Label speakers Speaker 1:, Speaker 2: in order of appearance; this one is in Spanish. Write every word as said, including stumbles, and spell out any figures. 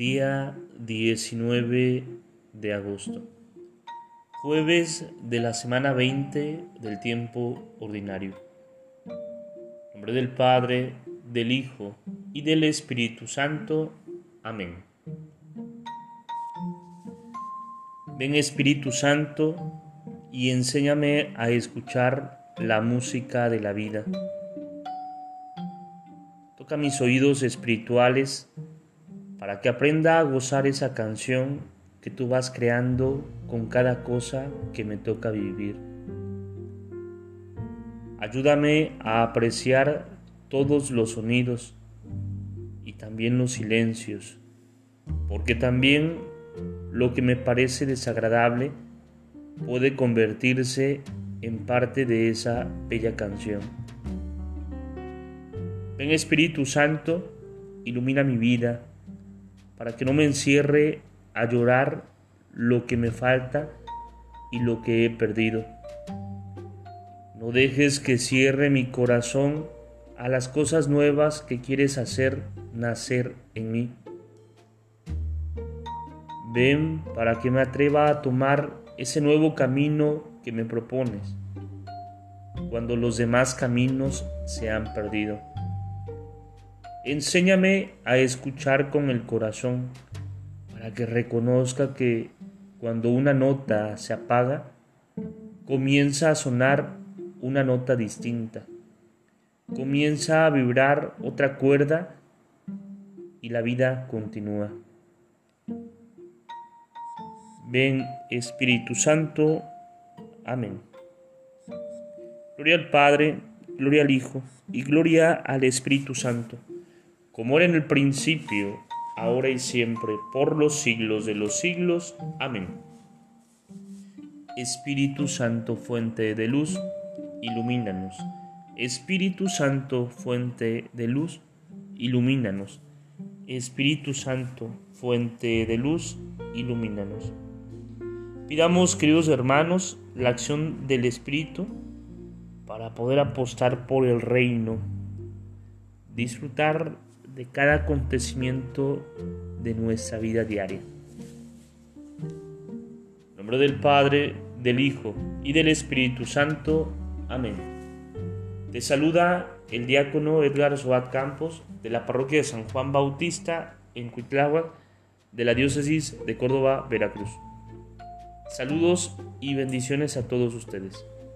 Speaker 1: Día diecinueve de agosto, jueves de la semana veinte del tiempo ordinario. En nombre del Padre, del Hijo y del Espíritu Santo. Amén. Ven Espíritu Santo y enséñame a escuchar la música de la vida. Toca mis oídos espirituales para que aprenda a gozar esa canción que tú vas creando con cada cosa que me toca vivir. Ayúdame a apreciar todos los sonidos y también los silencios, porque también lo que me parece desagradable puede convertirse en parte de esa bella canción. Ven Espíritu Santo, ilumina mi vida, para que no me encierre a llorar lo que me falta y lo que he perdido. No dejes que cierre mi corazón a las cosas nuevas que quieres hacer nacer en mí. Ven para que me atreva a tomar ese nuevo camino que me propones, cuando los demás caminos se han perdido. Enséñame a escuchar con el corazón, para que reconozca que cuando una nota se apaga, comienza a sonar una nota distinta. Comienza a vibrar otra cuerda y la vida continúa. Ven Espíritu Santo. Amén. Gloria al Padre, gloria al Hijo y gloria al Espíritu Santo, como era en el principio, ahora y siempre, por los siglos de los siglos. Amén. Espíritu Santo, fuente de luz, ilumínanos. Espíritu Santo, fuente de luz, ilumínanos. Espíritu Santo, fuente de luz, ilumínanos. Pidamos, queridos hermanos, la acción del Espíritu para poder apostar por el reino, disfrutar de cada acontecimiento de nuestra vida diaria. En nombre del Padre, del Hijo y del Espíritu Santo. Amén. Te saluda el diácono Edgar Soat Campos, de la parroquia de San Juan Bautista en Cuitláhuac, de la diócesis de Córdoba, Veracruz. Saludos y bendiciones a todos ustedes.